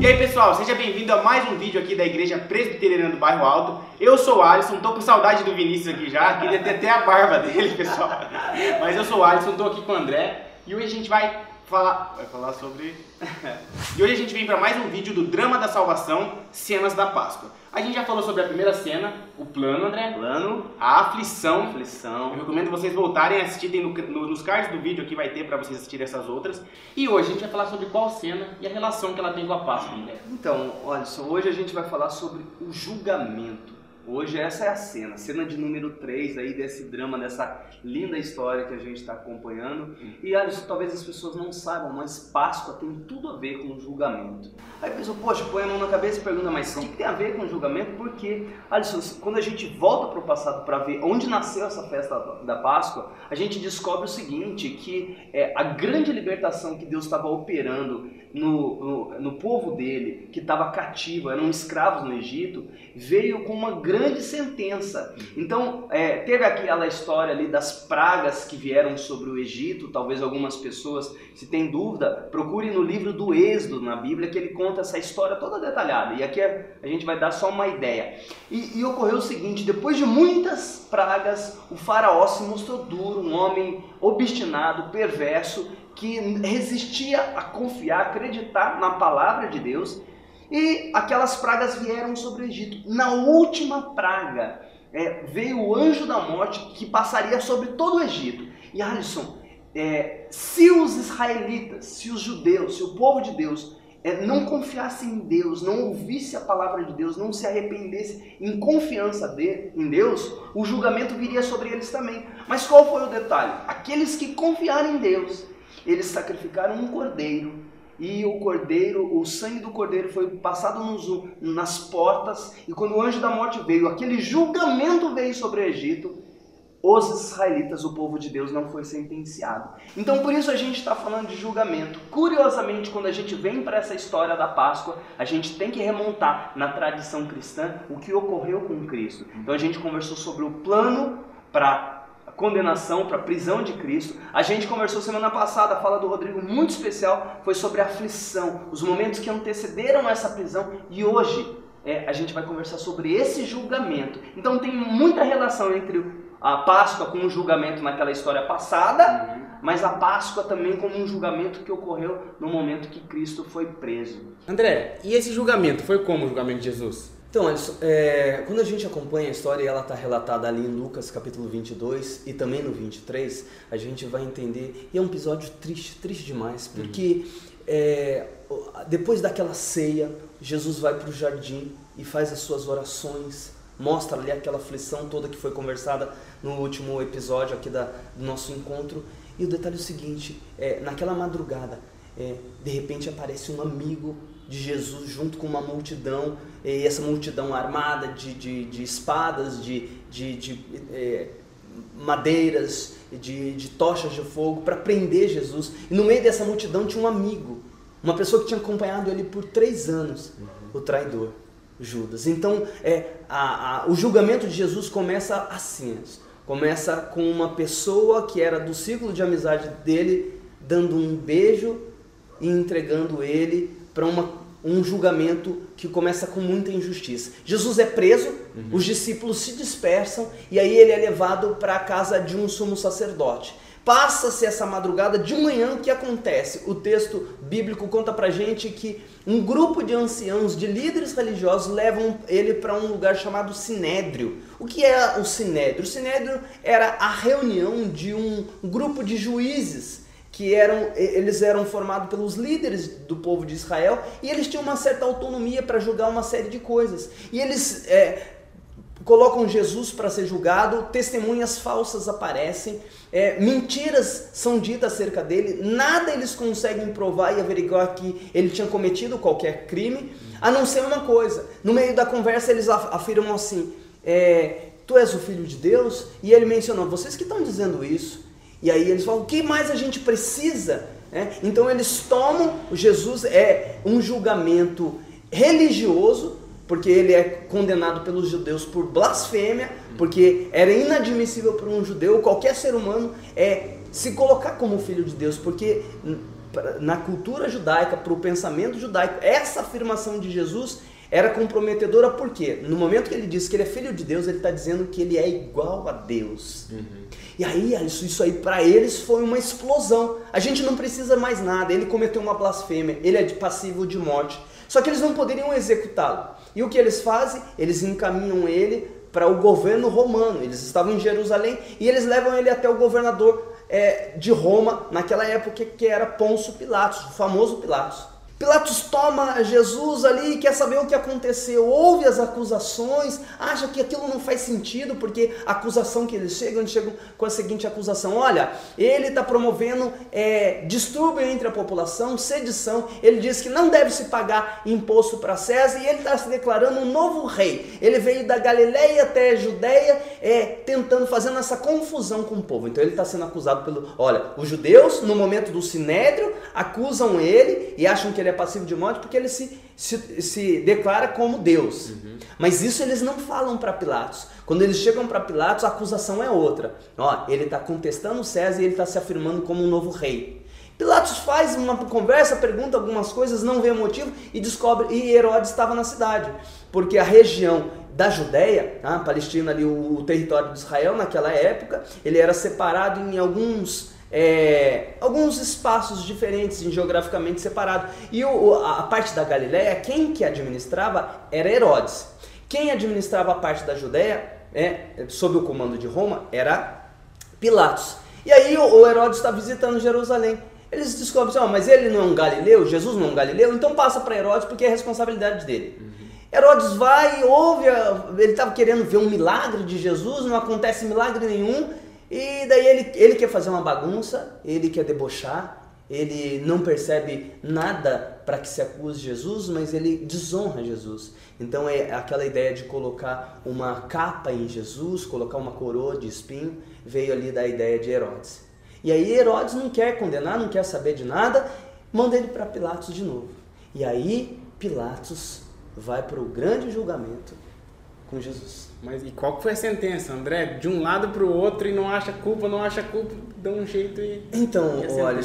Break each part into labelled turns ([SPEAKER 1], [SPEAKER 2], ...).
[SPEAKER 1] E aí pessoal, seja bem-vindo a mais um vídeo aqui da Igreja Presbiteriana do Bairro Alto. Eu sou o Alisson, tô com saudade do Vinícius aqui já, queria ter até a barba dele, pessoal. Mas eu sou o Alisson, tô aqui com o André e hoje a gente vai falar sobre... E hoje a gente vem para mais um vídeo do Drama da Salvação, Cenas da Páscoa. A gente já falou sobre a primeira cena, o plano, André.
[SPEAKER 2] Plano.
[SPEAKER 1] A aflição.
[SPEAKER 2] Aflição.
[SPEAKER 1] Eu recomendo vocês voltarem a assistir, nos cards do vídeo aqui vai ter para vocês assistirem essas outras. E hoje a gente vai falar sobre qual cena e a relação que ela tem com a Páscoa, André.
[SPEAKER 2] Então, Alisson, hoje a gente vai falar sobre o julgamento. Hoje essa é a cena de número 3 aí desse drama, dessa linda história que a gente está acompanhando. E Alisson, talvez as pessoas não saibam, mas Páscoa tem tudo a ver com o julgamento. Aí a pessoa, poxa, põe a mão na cabeça e pergunta, mas o que tem a ver com o julgamento? Porque, Alisson, quando a gente volta para o passado para ver onde nasceu essa festa da Páscoa, a gente descobre o seguinte, que a grande libertação que Deus estava operando no povo dele, que estava cativo, eram escravos no Egito, veio com uma grande sentença. Então, teve aquela história ali das pragas que vieram sobre o Egito. Talvez algumas pessoas, se tem dúvida, procure no livro do Êxodo, na Bíblia, que ele conta essa história toda detalhada. E aqui a gente vai dar só uma ideia. E ocorreu o seguinte, depois de muitas pragas, o faraó se mostrou duro, um homem obstinado, perverso, que resistia a confiar, acreditar na palavra de Deus, e aquelas pragas vieram sobre o Egito. Na última praga, veio o anjo da morte que passaria sobre todo o Egito. E Alisson, se os israelitas, se os judeus, se o povo de Deus não confiasse em Deus, não ouvisse a palavra de Deus, não se arrependesse em confiança em Deus, o julgamento viria sobre eles também. Mas qual foi o detalhe? Aqueles que confiaram em Deus, eles sacrificaram um cordeiro, e o sangue do cordeiro foi passado nas portas, e quando o anjo da morte veio, aquele julgamento veio sobre o Egito, os israelitas, o povo de Deus, não foi sentenciado. Então por isso a gente está falando de julgamento. Curiosamente, quando a gente vem para essa história da Páscoa, a gente tem que remontar na tradição cristã o que ocorreu com Cristo. Então a gente conversou sobre o plano para a condenação, para a prisão de Cristo. A gente conversou semana passada, a fala do Rodrigo muito especial, foi sobre a aflição, os momentos que antecederam essa prisão, e hoje a gente vai conversar sobre esse julgamento. Então tem muita relação entre a Páscoa com o julgamento naquela história passada, mas a Páscoa também como um julgamento que ocorreu no momento que Cristo foi preso.
[SPEAKER 1] André, e esse julgamento foi como o julgamento de Jesus?
[SPEAKER 3] Então, Alisson, quando a gente acompanha a história e ela está relatada ali em Lucas capítulo 22 e também no 23, a gente vai entender, e é um episódio triste demais, porque depois daquela ceia, Jesus vai para o jardim e faz as suas orações, mostra ali aquela aflição toda que foi conversada no último episódio aqui do nosso encontro. E o detalhe é o seguinte, naquela madrugada, de repente aparece um amigo de Jesus junto com uma multidão, e essa multidão armada de espadas, de madeiras, de tochas de fogo para prender Jesus. E no meio dessa multidão tinha um amigo, uma pessoa que tinha acompanhado ele por 3 anos, o traidor, Judas. Então o julgamento de Jesus começa assim, começa com uma pessoa que era do círculo de amizade dele, dando um beijo e entregando ele para um julgamento que começa com muita injustiça. Jesus é preso, os discípulos se dispersam e aí ele é levado para a casa de um sumo sacerdote. Passa-se essa madrugada, de manhã o que acontece? O texto bíblico conta pra gente que um grupo de anciãos, de líderes religiosos, levam ele para um lugar chamado Sinédrio. O que é o Sinédrio? O Sinédrio era a reunião de um grupo de juízes, eles eram formados pelos líderes do povo de Israel, e eles tinham uma certa autonomia para julgar uma série de coisas. E eles colocam Jesus para ser julgado, testemunhas falsas aparecem, mentiras são ditas acerca dele, nada eles conseguem provar e averiguar que ele tinha cometido qualquer crime, a não ser uma coisa. No meio da conversa eles afirmam assim, tu és o Filho de Deus? E ele mencionou, vocês que estão dizendo isso. E aí eles falam, o que mais a gente precisa? Então eles tomam, Jesus um julgamento religioso, porque ele é condenado pelos judeus por blasfêmia, porque era inadmissível para um judeu, qualquer ser humano, se colocar como filho de Deus, porque na cultura judaica, para o pensamento judaico, essa afirmação de Jesus era comprometedora porque no momento que ele diz que ele é filho de Deus, ele está dizendo que ele é igual a Deus. E aí, isso aí para eles foi uma explosão. A gente não precisa mais nada, ele cometeu uma blasfêmia, ele é passível de morte. Só que eles não poderiam executá-lo. E o que eles fazem? Eles encaminham ele para o governo romano. Eles estavam em Jerusalém e eles levam ele até o governador de Roma, naquela época, que era Pôncio Pilatos, o famoso Pilatos. Pilatos toma Jesus ali e quer saber o que aconteceu, ouve as acusações, acha que aquilo não faz sentido, porque a acusação que eles chegam com a seguinte acusação: olha, ele está promovendo distúrbio entre a população, sedição, ele diz que não deve se pagar imposto para César e ele está se declarando um novo rei. Ele veio da Galileia até a Judeia, fazendo essa confusão com o povo. Então ele está sendo acusado olha, os judeus no momento do Sinédrio acusam ele e acham que ele é passivo de morte porque ele se declara como Deus. Mas isso eles não falam para Pilatos. Quando eles chegam para Pilatos, a acusação é outra. Ele está contestando César e ele está se afirmando como um novo rei. Pilatos faz uma conversa, pergunta algumas coisas, não vê motivo e descobre, e Herodes estava na cidade, porque a região da Judéia, a Palestina ali, o território de Israel naquela época, ele era separado em alguns espaços diferentes, geograficamente separados. E a parte da Galileia, quem que administrava era Herodes. Quem administrava a parte da Judéia, sob o comando de Roma, era Pilatos. E aí o Herodes está visitando Jerusalém. Eles descobrem assim: mas ele não é um galileu, Jesus não é um galileu, então passa para Herodes porque é responsabilidade dele. Herodes vai e ouve, ele estava querendo ver um milagre de Jesus, não acontece milagre nenhum. E daí ele quer fazer uma bagunça, ele quer debochar, ele não percebe nada para que se acuse Jesus, mas ele desonra Jesus. Então é aquela ideia de colocar uma capa em Jesus, colocar uma coroa de espinho, veio ali da ideia de Herodes. E aí Herodes não quer condenar, não quer saber de nada, manda ele para Pilatos de novo. E aí Pilatos vai para o grande julgamento com Jesus.
[SPEAKER 1] Mas e qual que foi a sentença, André? De um lado para o outro e não acha culpa, dá um jeito e...
[SPEAKER 3] Então,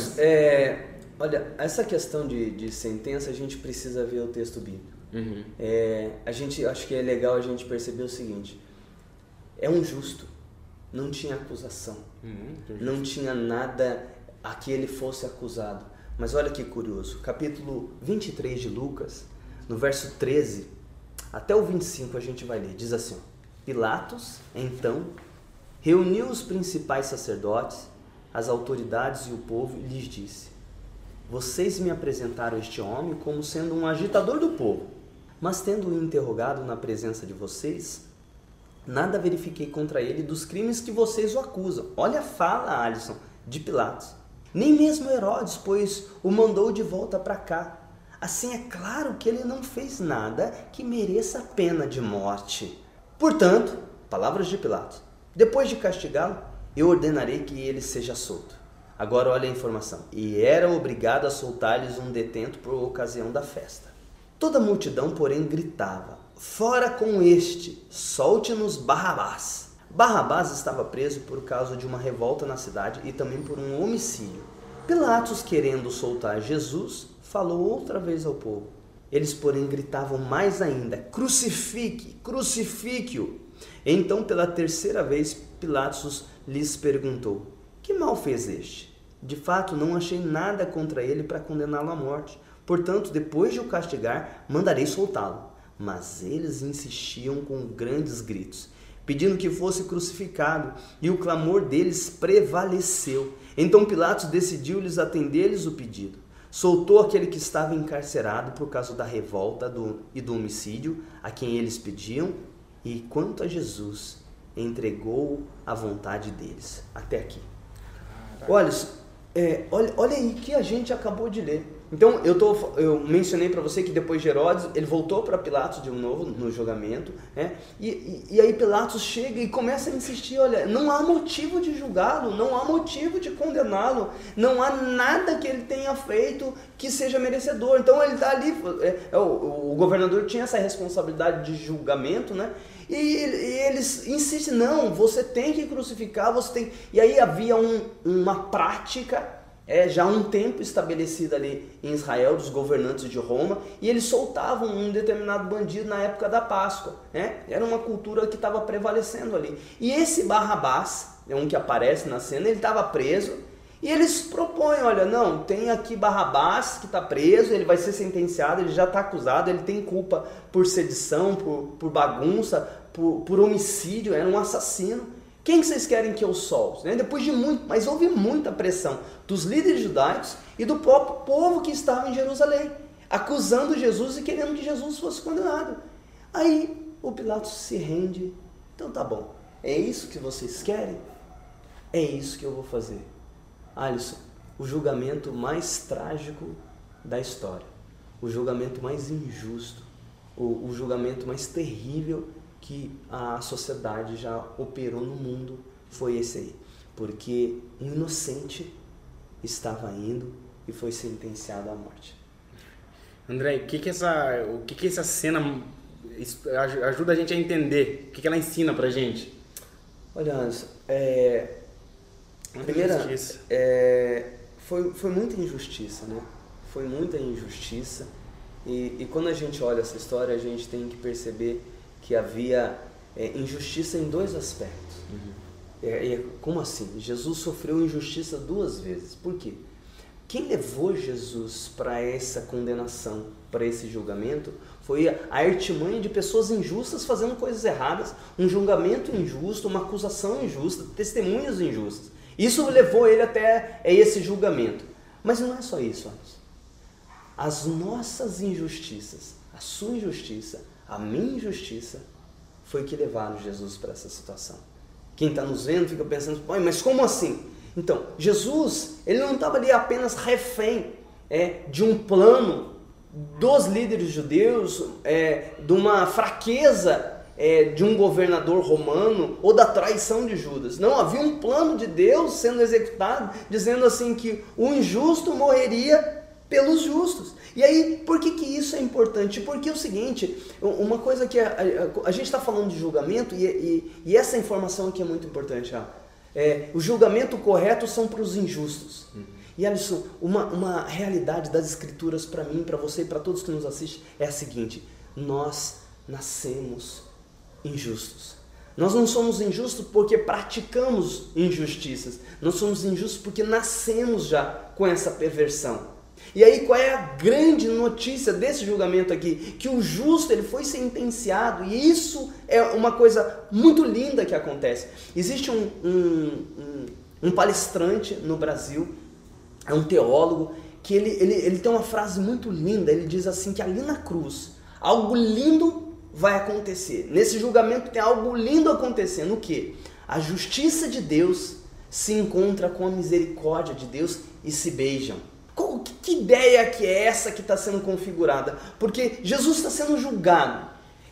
[SPEAKER 3] olha, essa questão de sentença, a gente precisa ver o texto bíblico. Acho que é legal a gente perceber o seguinte: é um justo, não tinha acusação, não tinha nada a que ele fosse acusado. Mas olha que curioso, capítulo 23 de Lucas, no verso 13 até o 25 a gente vai ler, diz assim: Pilatos, então, reuniu os principais sacerdotes, as autoridades e o povo e lhes disse: vocês me apresentaram este homem como sendo um agitador do povo, mas tendo-o interrogado na presença de vocês, nada verifiquei contra ele dos crimes que vocês o acusam. Olha a fala, Alisson, de Pilatos. Nem mesmo Herodes, pois o mandou de volta para cá. Assim é claro que ele não fez nada que mereça a pena de morte. Portanto, palavras de Pilatos, depois de castigá-lo, eu ordenarei que ele seja solto. Agora olha a informação. E era obrigado a soltar-lhes um detento por ocasião da festa. Toda a multidão, porém, gritava: fora com este, solte-nos Barrabás. Barrabás estava preso por causa de uma revolta na cidade e também por um homicídio. Pilatos, querendo soltar Jesus, falou outra vez ao povo. Eles, porém, gritavam mais ainda: crucifique, crucifique-o. Então, pela terceira vez, Pilatos lhes perguntou: que mal fez este? De fato, não achei nada contra ele para condená-lo à morte. Portanto, depois de o castigar, mandarei soltá-lo. Mas eles insistiam com grandes gritos, pedindo que fosse crucificado, e o clamor deles prevaleceu. Então Pilatos decidiu-lhes atender-lhes o pedido. Soltou aquele que estava encarcerado por causa da revolta e do homicídio, a quem eles pediam, e quanto a Jesus, entregou à vontade deles. Até aqui. Olha aí que a gente acabou de ler. Então, eu mencionei para você que depois de Herodes, ele voltou para Pilatos de novo no julgamento, né? E aí Pilatos chega e começa a insistir: olha, não há motivo de julgá-lo, não há motivo de condená-lo, não há nada que ele tenha feito que seja merecedor. Então ele está ali, o governador tinha essa responsabilidade de julgamento, né? E eles insistem: não, você tem que crucificar, você tem... E aí havia uma prática já um tempo estabelecido ali em Israel, dos governantes de Roma, e eles soltavam um determinado bandido na época da Páscoa, né? Era uma cultura que estava prevalecendo ali. E esse Barrabás, é um que aparece na cena, ele estava preso, e eles propõem, olha, não, tem aqui Barrabás que está preso, ele vai ser sentenciado, ele já está acusado, ele tem culpa por sedição, por bagunça, por homicídio, era um assassino. Quem que vocês querem que eu solte? Né? Depois de muito, mas houve muita pressão dos líderes judaicos e do próprio povo que estava em Jerusalém, acusando Jesus e querendo que Jesus fosse condenado. Aí o Pilatos se rende. Então tá bom, é isso que vocês querem? É isso que eu vou fazer. Alisson, o julgamento mais trágico da história, o julgamento mais injusto, o julgamento mais terrível que a sociedade já operou no mundo foi esse aí, porque um inocente estava indo e foi sentenciado à morte.
[SPEAKER 1] André, o que essa cena ajuda a gente a entender? O que ela ensina pra gente?
[SPEAKER 3] Olha, Anderson, primeira, foi muita injustiça, né? Foi muita injustiça e quando a gente olha essa história, a gente tem que perceber que havia injustiça em dois aspectos. Como assim? Jesus sofreu injustiça 2 vezes. Por quê? Quem levou Jesus para essa condenação, para esse julgamento, foi a artimanha de pessoas injustas fazendo coisas erradas, um julgamento injusto, uma acusação injusta, testemunhas injustas. Isso levou ele até esse julgamento. Mas não é só isso, Anderson. As nossas injustiças, a sua injustiça, a minha injustiça, foi que levaram Jesus para essa situação. Quem está nos vendo fica pensando, mas como assim? Então, Jesus, ele não estava ali apenas refém de um plano dos líderes judeus, de uma fraqueza de um governador romano ou da traição de Judas. Não, havia um plano de Deus sendo executado, dizendo assim que o injusto morreria pelos justos. E aí, por que isso é importante? Porque é o seguinte, uma coisa que a gente está falando de julgamento e essa informação aqui é muito importante. O julgamento correto são para os injustos. E Alisson, uma realidade das escrituras para mim, para você e para todos que nos assistem é a seguinte: nós nascemos injustos. Nós não somos injustos porque praticamos injustiças. Nós somos injustos porque nascemos já com essa perversão. E aí qual é a grande notícia desse julgamento aqui? Que o justo ele foi sentenciado, e isso é uma coisa muito linda que acontece. Existe um palestrante no Brasil, é um teólogo, que ele tem uma frase muito linda. Ele diz assim que ali na cruz algo lindo vai acontecer. Nesse julgamento tem algo lindo acontecendo. O quê? A justiça de Deus se encontra com a misericórdia de Deus e se beijam. Que ideia que é essa que está sendo configurada? Porque Jesus está sendo julgado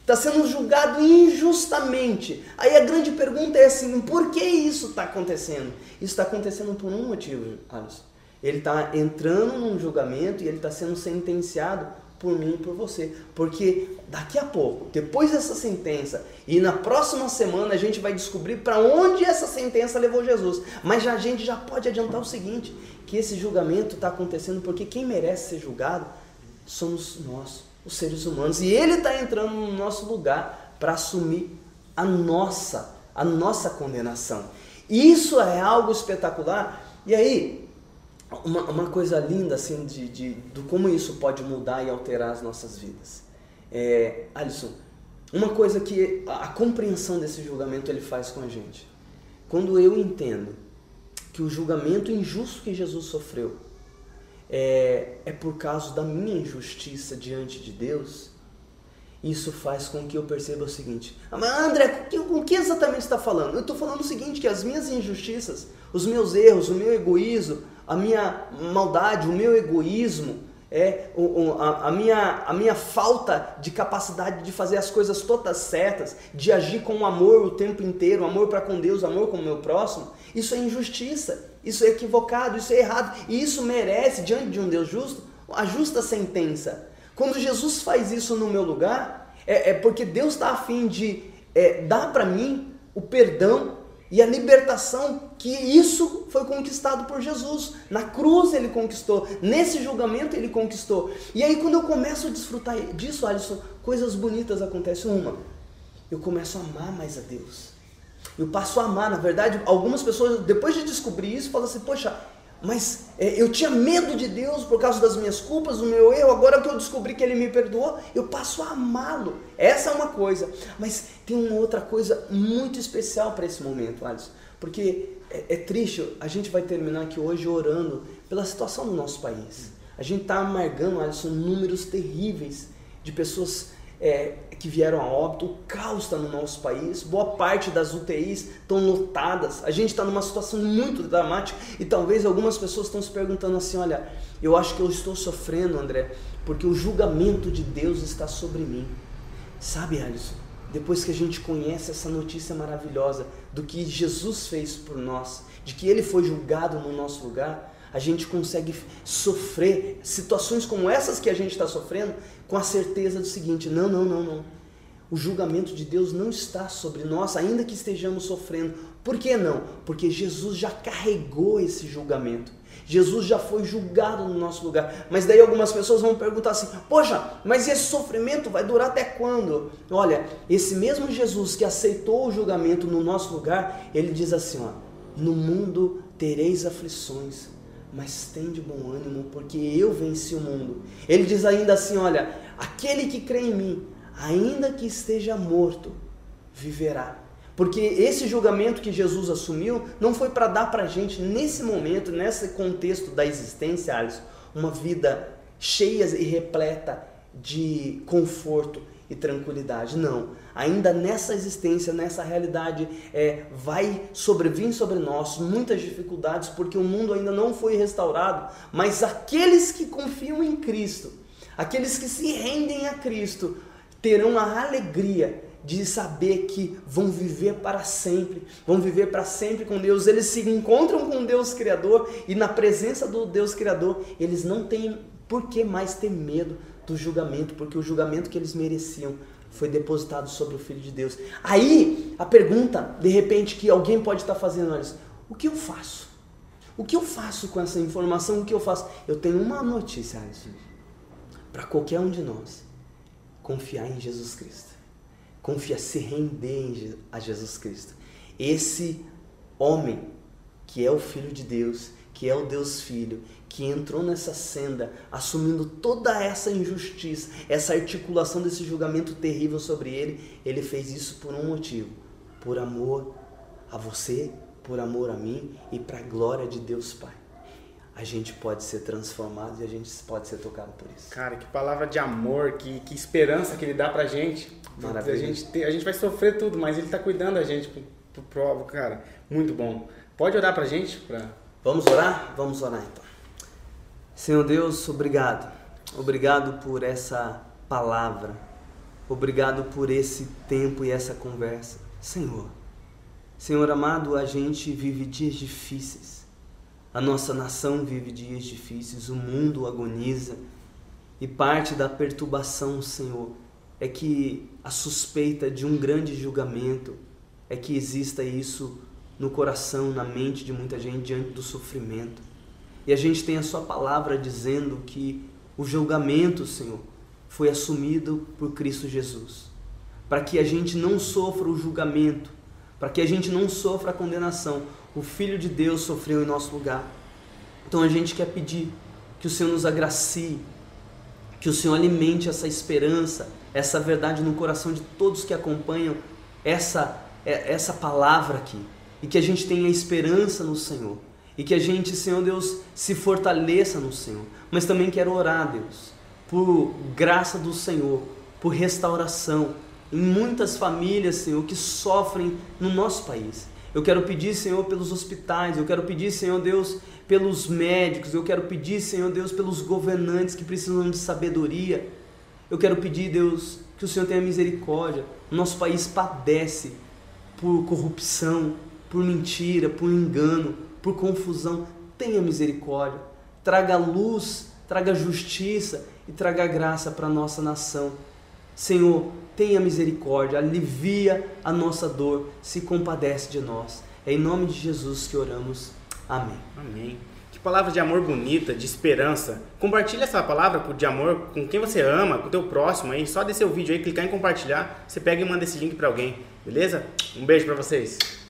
[SPEAKER 3] injustamente. Aí a grande pergunta é assim, por que isso está acontecendo? Isso está acontecendo por um motivo, Alisson. Ele está entrando num julgamento e ele está sendo sentenciado por mim e por você. Porque daqui a pouco, depois dessa sentença, e na próxima semana a gente vai descobrir para onde essa sentença levou Jesus. Mas a gente já pode adiantar o seguinte, que esse julgamento está acontecendo porque quem merece ser julgado somos nós, os seres humanos. E ele está entrando no nosso lugar para assumir a nossa condenação. Isso é algo espetacular. E aí, uma coisa linda assim de como isso pode mudar e alterar as nossas vidas. Alisson, uma coisa que a compreensão desse julgamento ele faz com a gente. Quando eu entendo que o julgamento injusto que Jesus sofreu é por causa da minha injustiça diante de Deus, isso faz com que eu perceba o seguinte: mas André, o que exatamente você está falando? Eu estou falando o seguinte, que as minhas injustiças, os meus erros, o meu egoísmo, a minha maldade, o meu egoísmo, a minha falta de capacidade de fazer as coisas todas certas, de agir com amor o tempo inteiro, amor para com Deus, amor com o meu próximo, isso é injustiça, isso é equivocado, isso é errado, e isso merece, diante de um Deus justo, a justa sentença. Quando Jesus faz isso no meu lugar, é porque Deus está a fim de dar para mim o perdão E a libertação, que isso foi conquistado por Jesus. Na cruz ele conquistou, nesse julgamento ele conquistou. E aí quando eu começo a desfrutar disso, Alisson, coisas bonitas acontecem. Uma, eu começo a amar mais a Deus. Eu passo a amar, na verdade, algumas pessoas, depois de descobrir isso, falam assim, poxa, mas eu tinha medo de Deus por causa das minhas culpas, do meu erro, agora que eu descobri que Ele me perdoou, eu passo a amá-lo. Essa é uma coisa. Mas tem uma outra coisa muito especial para esse momento, Alisson. Porque é triste, a gente vai terminar aqui hoje orando pela situação do nosso país. A gente está amargando, Alisson, números terríveis de pessoas que vieram a óbito. O caos está no nosso país, boa parte das UTIs estão lotadas, a gente está numa situação muito dramática e talvez algumas pessoas estão se perguntando assim, olha, eu acho que eu estou sofrendo, André, porque o julgamento de Deus está sobre mim. Sabe, Alisson, depois que a gente conhece essa notícia maravilhosa do que Jesus fez por nós, de que Ele foi julgado no nosso lugar, a gente consegue sofrer situações como essas que a gente está sofrendo com a certeza do seguinte, não. O julgamento de Deus não está sobre nós, ainda que estejamos sofrendo. Por que não? Porque Jesus já carregou esse julgamento. Jesus já foi julgado no nosso lugar. Mas daí algumas pessoas vão perguntar assim, poxa, mas esse sofrimento vai durar até quando? Olha, esse mesmo Jesus que aceitou o julgamento no nosso lugar, ele diz assim, ó, no mundo tereis aflições, mas tem de bom ânimo, porque eu venci o mundo. Ele diz ainda assim, olha, aquele que crê em mim, ainda que esteja morto, viverá. Porque esse julgamento que Jesus assumiu não foi para dar para a gente, nesse momento, nesse contexto da existência, Alisson, uma vida cheia e repleta de conforto e tranquilidade. Não, ainda nessa existência, nessa realidade, vai sobrevir sobre nós muitas dificuldades, porque o mundo ainda não foi restaurado, mas aqueles que confiam em Cristo, aqueles que se rendem a Cristo, terão a alegria de saber que vão viver para sempre com Deus. Eles se encontram com Deus Criador e na presença do Deus Criador, eles não têm por que mais ter medo do julgamento, porque o julgamento que eles mereciam foi depositado sobre o Filho de Deus. Aí, a pergunta, de repente, que alguém pode estar fazendo, olha, o que eu faço? O que eu faço com essa informação? O que eu faço? Eu tenho uma notícia, Alisson, para qualquer um de nós: confiar em Jesus Cristo. Confiar, se render a Jesus Cristo. Esse homem, que é o Filho de Deus, que é o Deus Filho, que entrou nessa senda, assumindo toda essa injustiça, essa articulação desse julgamento terrível sobre ele, ele fez isso por um motivo: por amor a você, por amor a mim e para a glória de Deus Pai. A gente pode ser transformado e a gente pode ser tocado por isso.
[SPEAKER 1] Cara, que palavra de amor, que esperança que ele dá pra gente.
[SPEAKER 3] Maravilha.
[SPEAKER 1] A gente vai sofrer tudo, mas ele tá cuidando da gente pro prova, cara. Muito bom. Pode orar pra gente?
[SPEAKER 3] Vamos orar? Vamos orar então. Senhor Deus, obrigado. Obrigado por essa palavra. Obrigado por esse tempo e essa conversa. Senhor amado, a gente vive dias difíceis. A nossa nação vive dias difíceis, o mundo agoniza. E parte da perturbação, Senhor, é que a suspeita de um grande julgamento é que exista isso no coração, na mente de muita gente diante do sofrimento. E a gente tem a sua palavra dizendo que o julgamento, Senhor, foi assumido por Cristo Jesus. Para que a gente não sofra o julgamento, para que a gente não sofra a condenação, o Filho de Deus sofreu em nosso lugar. Então a gente quer pedir que o Senhor nos agracie, que o Senhor alimente essa esperança, essa verdade no coração de todos que acompanham essa palavra aqui. E que a gente tenha esperança no Senhor. E que a gente, Senhor Deus, se fortaleça no Senhor. Mas também quero orar, Deus, por graça do Senhor, por restauração em muitas famílias, Senhor, que sofrem no nosso país. Eu quero pedir, Senhor, pelos hospitais, eu quero pedir, Senhor Deus, pelos médicos, eu quero pedir, Senhor Deus, pelos governantes que precisam de sabedoria. Eu quero pedir, Deus, que o Senhor tenha misericórdia. O nosso país padece por corrupção, por mentira, por engano, por confusão. Tenha misericórdia. Traga luz, traga justiça e traga graça para a nossa nação. Senhor, tenha misericórdia, alivia a nossa dor, se compadece de nós. É em nome de Jesus que oramos. Amém.
[SPEAKER 1] Amém. Que palavra de amor bonita, de esperança. Compartilha essa palavra de amor com quem você ama, com o teu próximo aí. Só descer o vídeo aí, clicar em compartilhar, você pega e manda esse link para alguém, beleza? Um beijo para vocês.